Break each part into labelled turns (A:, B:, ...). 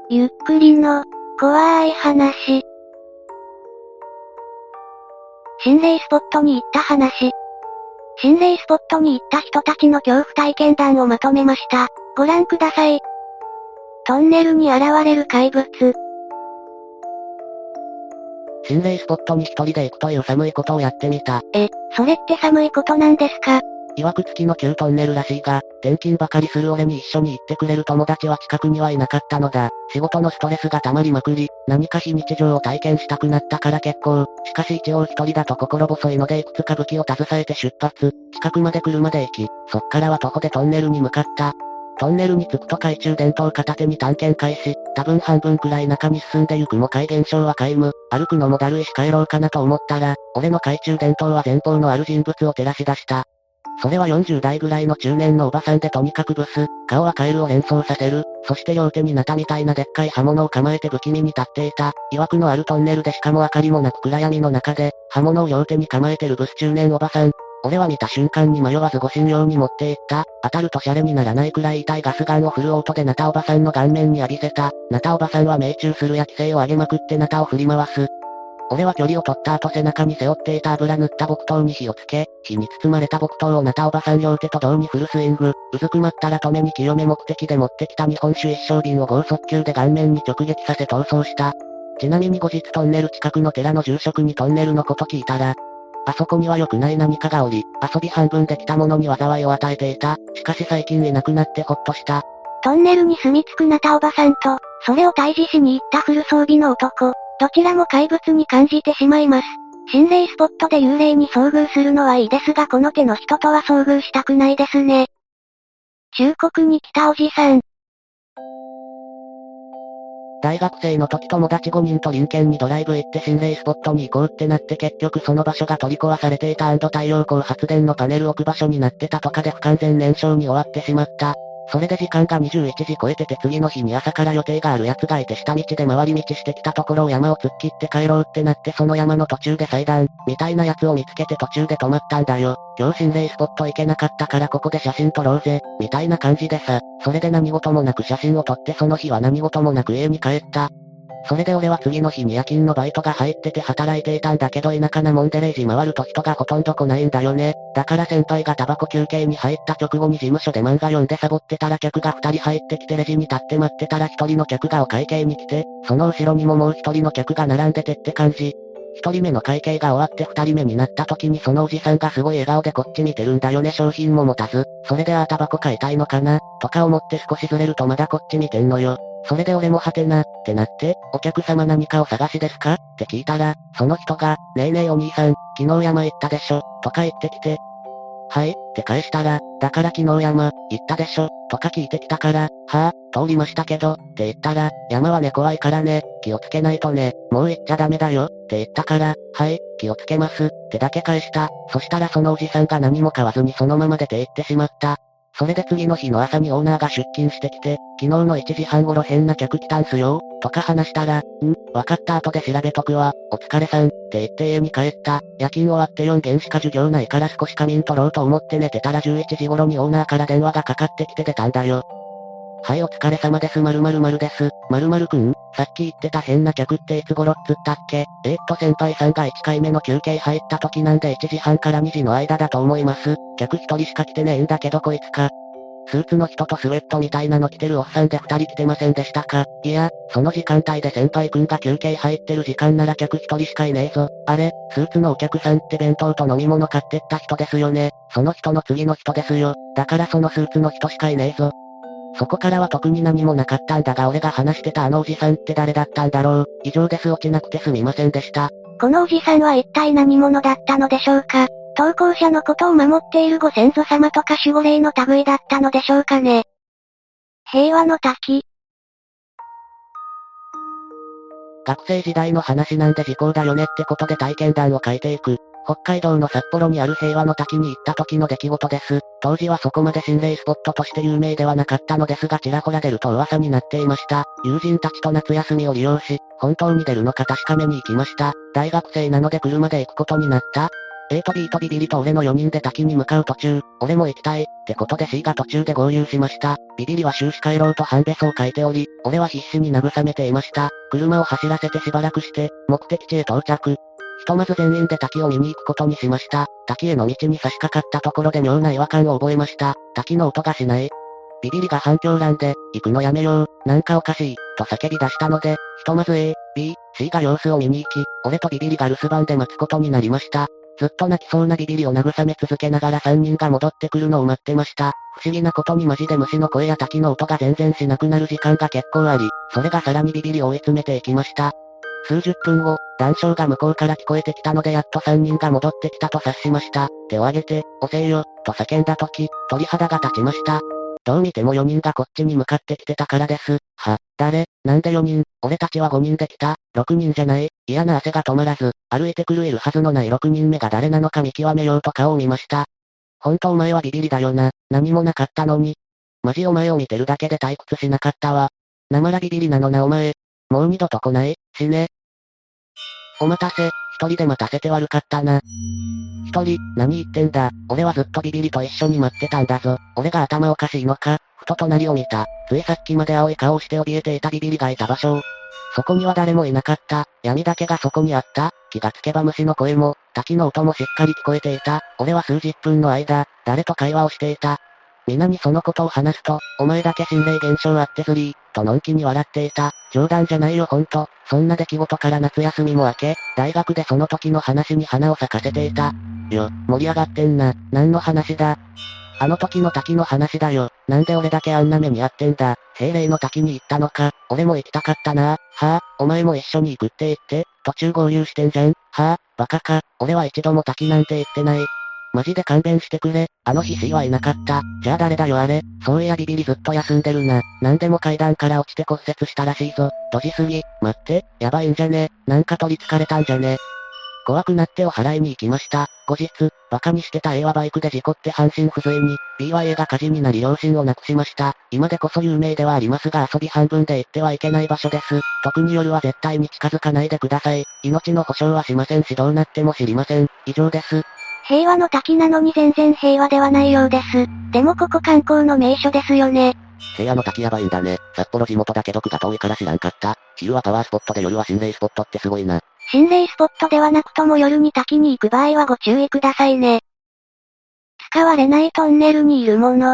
A: ゆっくりの、怖い話。心霊スポットに行った話。心霊スポットに行った人たちの恐怖体験談をまとめました。ご覧ください。トンネルに現れる怪物。
B: 心霊スポットに一人で行くという寒いことをやってみた。
A: それって寒いことなんですか？
B: 曰く付きの旧トンネルらしいが、転勤ばかりする俺に一緒に行ってくれる友達は近くにはいなかったのだ。仕事のストレスが溜まりまくり、何か非日常を体験したくなったから結構。しかし一応一人だと心細いのでいくつか武器を携えて出発。近くまで車で行き、そっからは徒歩でトンネルに向かった。トンネルに着くと懐中電灯片手に探検開始。多分半分くらい中に進んでゆくも怪現象は皆無。歩くのもだるいし帰ろうかなと思ったら、俺の懐中電灯は前方のある人物を照らし出した。それは40代ぐらいの中年のおばさんでとにかくブス、顔はカエルを連想させる。そして両手にナタみたいなでっかい刃物を構えて不気味に立っていた。曰くのあるトンネルでしかも明かりもなく暗闇の中で、刃物を両手に構えてるブス中年おばさん。俺は見た瞬間に迷わず護身用に持っていった。当たるとシャレにならないくらい痛いガスガンを振る音でナタおばさんの顔面に浴びせた。ナタおばさんは命中するや規制を上げまくってナタを振り回す。俺は距離を取った後背中に背負っていた油塗った木刀に火をつけ、火に包まれた木刀をナタおばさん両手と同にフルスイング。うずくまったら止めに清め目的で持ってきた日本酒一升瓶を剛速球で顔面に直撃させ逃走した。ちなみに後日トンネル近くの寺の住職にトンネルのこと聞いたら、あそこには良くない何かがおり、遊び半分できたものに災いを与えていた。しかし最近いなくなってほっとした。
A: トンネルに住み着くナタおばさんと、それを退治しに行ったフル装備の男。どちらも怪物に感じてしまいます。心霊スポットで幽霊に遭遇するのはいいですがこの手の人とは遭遇したくないですね。忠告に来たおじさん。
B: 大学生の時友達5人と林県にドライブ行って心霊スポットに行こうってなって結局その場所が取り壊されていた太陽光発電のパネル置く場所になってたとかで不完全燃焼に終わってしまった。それで時間が21時超えてて次の日に朝から予定がある奴がいて下道で回り道してきたところを山を突っ切って帰ろうってなってその山の途中で祭壇、みたいなやつを見つけて途中で止まったんだよ。今日心霊スポット行けなかったからここで写真撮ろうぜ、みたいな感じでさ。それで何事もなく写真を撮ってその日は何事もなく家に帰った。それで俺は次の日に夜勤のバイトが入ってて働いていたんだけど田舎なもんで0時回ると人がほとんど来ないんだよね。だから先輩がタバコ休憩に入った直後に事務所で漫画読んでサボってたら客が2人入ってきてレジに立って待ってたら1人の客がお会計に来て、その後ろにももう1人の客が並んでてって感じ。1人目の会計が終わって2人目になった時にそのおじさんがすごい笑顔でこっち見てるんだよね。商品も持たず。それでタバコ買いたいのかなとか思って少しずれるとまだこっち見てんのよ。それで俺もはてな、ってなって、お客様何かお探しですかって聞いたら、その人が、ねえねえお兄さん、昨日山行ったでしょとか言ってきて、はい、って返したら、だから昨日山、行ったでしょとか聞いてきたから、はぁ、通りましたけど、って言ったら、山はね怖いからね、気をつけないとね、もう行っちゃダメだよ、って言ったから、はい、気をつけます、ってだけ返した。そしたらそのおじさんが何も買わずにそのまま出て行ってしまった。それで次の日の朝にオーナーが出勤してきて、昨日の1時半頃変な客来たんすよ、とか話したら、わかった後で調べとくわ、お疲れさん、って言って家に帰った。夜勤終わって4限しか授業ないから少し仮眠取ろうと思って寝てたら11時頃にオーナーから電話がかかってきて出たんだよ。はいお疲れ様です〇〇〇です。〇〇くん、さっき言ってた変な客っていつ頃っつったっけ？先輩さんが1回目の休憩入った時なんで1時半から2時の間だと思います。客1人しか来てねえんだけどこいつか。スーツの人とスウェットみたいなの着てるおっさんで2人来てませんでしたか？いや、その時間帯で先輩くんが休憩入ってる時間なら客1人しかいねえぞ。あれ、スーツのお客さんって弁当と飲み物買ってった人ですよね。その人の次の人ですよ。だからそのスーツの人しかいねえぞ。そこからは特に何もなかったんだが俺が話してたあのおじさんって誰だったんだろう。以上です。落ちなくてすみませんでした。
A: このおじさんは一体何者だったのでしょうか？投稿者のことを守っているご先祖様とか守護霊の類だったのでしょうかね。平和の滝。
B: 学生時代の話なんで時効だよねってことで体験談を書いていく。北海道の札幌にある平和の滝に行った時の出来事です。当時はそこまで心霊スポットとして有名ではなかったのですがちらほら出ると噂になっていました。友人たちと夏休みを利用し、本当に出るのか確かめに行きました。大学生なので車で行くことになった。 A と B とビビリと俺の4人で滝に向かう途中、俺も行きたい、ってことで C が途中で合流しました。ビビリは終始帰ろうと半べそを書いており、俺は必死に慰めていました。車を走らせてしばらくして、目的地へ到着。ひとまず全員で滝を見に行くことにしました。滝への道に差し掛かったところで妙な違和感を覚えました。滝の音がしない。ビビリが反響欄で、行くのやめよう、なんかおかしい、と叫び出したので、ひとまず A、B、C が様子を見に行き、俺とビビリが留守番で待つことになりました。ずっと泣きそうなビビリを慰め続けながら3人が戻ってくるのを待ってました。不思議なことにマジで虫の声や滝の音が全然しなくなる時間が結構あり、それがさらにビビリを追い詰めていきました。数十分後、談笑が向こうから聞こえてきたのでやっと3人が戻ってきたと察しました。手を挙げて、押せよ、と叫んだ時、鳥肌が立ちました。どう見ても4人がこっちに向かってきてたからです。誰、なんで4人、俺たちは5人で来た、6人じゃない、嫌な汗が止まらず、歩いてくるいるはずのない6人目が誰なのか見極めようと顔を見ました。ほんとお前はビビリだよな、何もなかったのに。マジお前を見てるだけで退屈しなかったわ。なまらビビリなのなお前。もう二度と来ない、死ね。お待たせ、一人で待たせて悪かったな。一人、何言ってんだ、俺はずっとビビリと一緒に待ってたんだぞ。俺が頭おかしいのか、ふと隣を見た。ついさっきまで青い顔をして怯えていたビビリがいた場所を。そこには誰もいなかった。闇だけがそこにあった。気がつけば虫の声も、滝の音もしっかり聞こえていた。俺は数十分の間、誰と会話をしていた。皆にそのことを話すと、お前だけ心霊現象あってスリー、とのんきに笑っていた。冗談じゃないよほんと。そんな出来事から夏休みも明け、大学でその時の話に花を咲かせていた。盛り上がってんな。何の話だ。あの時の滝の話だよ。なんで俺だけあんな目に遭ってんだ。平霊の滝に行ったのか。俺も行きたかったな。お前も一緒に行くって言って、途中合流してんじゃん。バカか。俺は一度も滝なんて行ってない。マジで勘弁してくれ。あの日 C はいなかった。じゃあ誰だよあれ。そういやビビリずっと休んでるな。なんでも階段から落ちて骨折したらしいぞ。ドジすぎ。待って、やばいんじゃね。なんか取り憑かれたんじゃね。怖くなってお祓いに行きました。後日、バカにしてた A はバイクで事故って半身不随に、B は A が火事になり両親を亡くしました。今でこそ有名ではありますが遊び半分で行ってはいけない場所です。特に夜は絶対に近づかないでください。命の保証はしませんしどうなっても知りません。以上です。
A: 平和の滝なのに全然平和ではないようです。でもここ観光の名所ですよね。
B: 平野の滝やばいんだね。札幌地元だけど区が遠いから知らんかった。昼はパワースポットで夜は心霊スポットってすごいな。
A: 心霊スポットではなくとも夜に滝に行く場合はご注意くださいね。使われないトンネルにいるもの。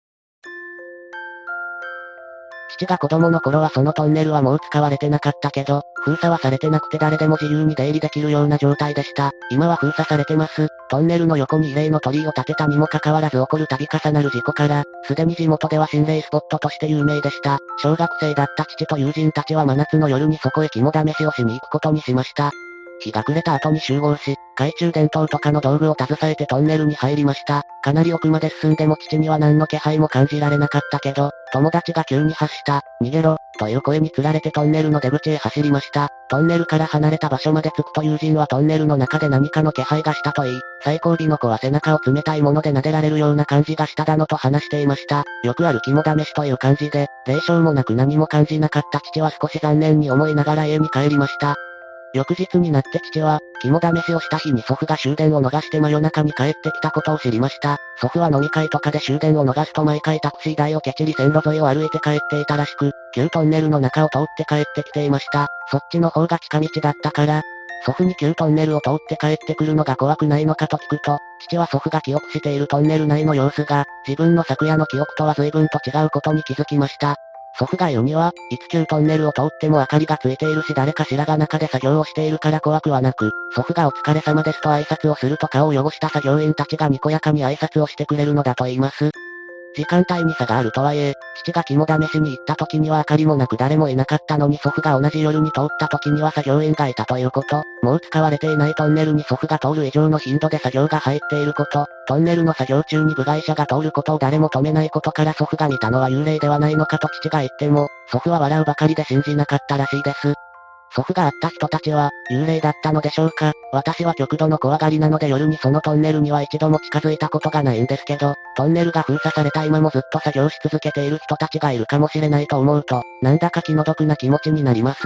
B: 父が子供の頃はそのトンネルはもう使われてなかったけど、封鎖はされてなくて誰でも自由に出入りできるような状態でした。今は封鎖されてます。トンネルの横に異例の鳥居を建てたにもかかわらず起こる度重なる事故から、すでに地元では心霊スポットとして有名でした。小学生だった父と友人たちは真夏の夜にそこへ肝試しをしに行くことにしました。日が暮れた後に集合し、懐中電灯とかの道具を携えてトンネルに入りました。かなり奥まで進んでも父には何の気配も感じられなかったけど、友達が急に発した、逃げろ、という声に釣られてトンネルの出口へ走りました。トンネルから離れた場所まで着くと友人はトンネルの中で何かの気配がしたと言い、最後尾の子は背中を冷たいもので撫でられるような感じがしただのと話していました。よくある肝試しという感じで、霊障もなく何も感じなかった父は少し残念に思いながら家に帰りました。翌日になって父は、肝試しをした日に祖父が終電を逃して真夜中に帰ってきたことを知りました。祖父は飲み会とかで終電を逃すと毎回タクシー代をケチり線路沿いを歩いて帰っていたらしく、旧トンネルの中を通って帰ってきていました。そっちの方が近道だったから、祖父に旧トンネルを通って帰ってくるのが怖くないのかと聞くと、父は祖父が記憶しているトンネル内の様子が、自分の昨夜の記憶とは随分と違うことに気づきました。祖父が言うには、いつ旧トンネルを通っても明かりがついているし誰かしらが中で作業をしているから怖くはなく、祖父がお疲れ様ですと挨拶をすると顔を汚した作業員たちがにこやかに挨拶をしてくれるのだと言います。時間帯に差があるとはいえ、父が肝試しに行った時には明かりもなく誰もいなかったのに祖父が同じ夜に通った時には作業員がいたということ、もう使われていないトンネルに祖父が通る以上の頻度で作業が入っていること、トンネルの作業中に部外者が通ることを誰も止めないことから祖父が見たのは幽霊ではないのかと父が言っても、祖父は笑うばかりで信じなかったらしいです。祖父が会った人たちは、幽霊だったのでしょうか。私は極度の怖がりなので夜にそのトンネルには一度も近づいたことがないんですけど、トンネルが封鎖された今もずっと作業し続けている人たちがいるかもしれないと思うと、なんだか気の毒な気持ちになります。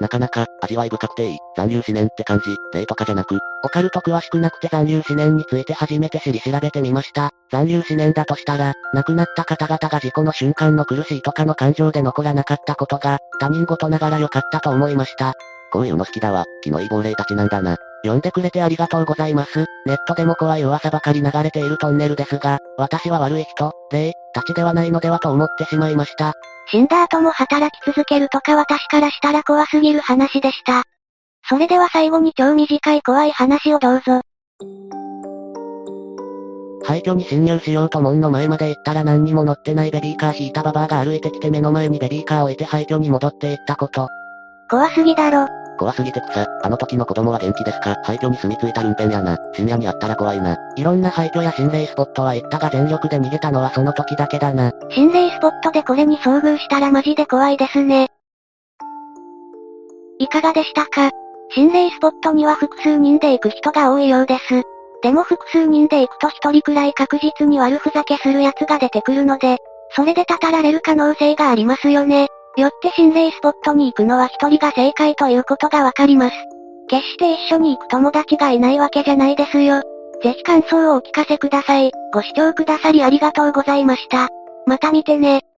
B: なかなか、味わい深くていい。残留思念って感じ。霊とかじゃなく。オカルト詳しくなくて残留思念について初めて知り調べてみました。残留思念だとしたら、亡くなった方々が事故の瞬間の苦しいとかの感情で残らなかったことが、他人事ながら良かったと思いました。こういうの好きだわ。気のいい亡霊たちなんだな。読んでくれてありがとうございます。ネットでも怖い噂ばかり流れているトンネルですが、私は悪い人、霊、たちではないのではと思ってしまいました。
A: 死んだ後も働き続けるとか私からしたら怖すぎる話でした。それでは最後に超短い怖い話をどうぞ。
B: 廃墟に侵入しようと門の前まで行ったら何にも乗ってないベビーカー引いたババアが歩いてきて目の前にベビーカーを置いて廃墟に戻っていったこと。
A: 怖すぎだろ。
B: 怖すぎて草。あの時の子供は元気ですか？廃墟に住み着いたルンペンやな。深夜に会ったら怖いな。いろんな廃墟や心霊スポットは行ったが全力で逃げたのはその時だけだな。
A: 心霊スポットでこれに遭遇したらマジで怖いですね。いかがでしたか？心霊スポットには複数人で行く人が多いようです。でも複数人で行くと一人くらい確実に悪ふざけする奴が出てくるので、それでたたられる可能性がありますよね。よって心霊スポットに行くのは一人が正解ということがわかります。決して一緒に行く友達がいないわけじゃないですよ。ぜひ感想をお聞かせください。ご視聴くださりありがとうございました。また見てね。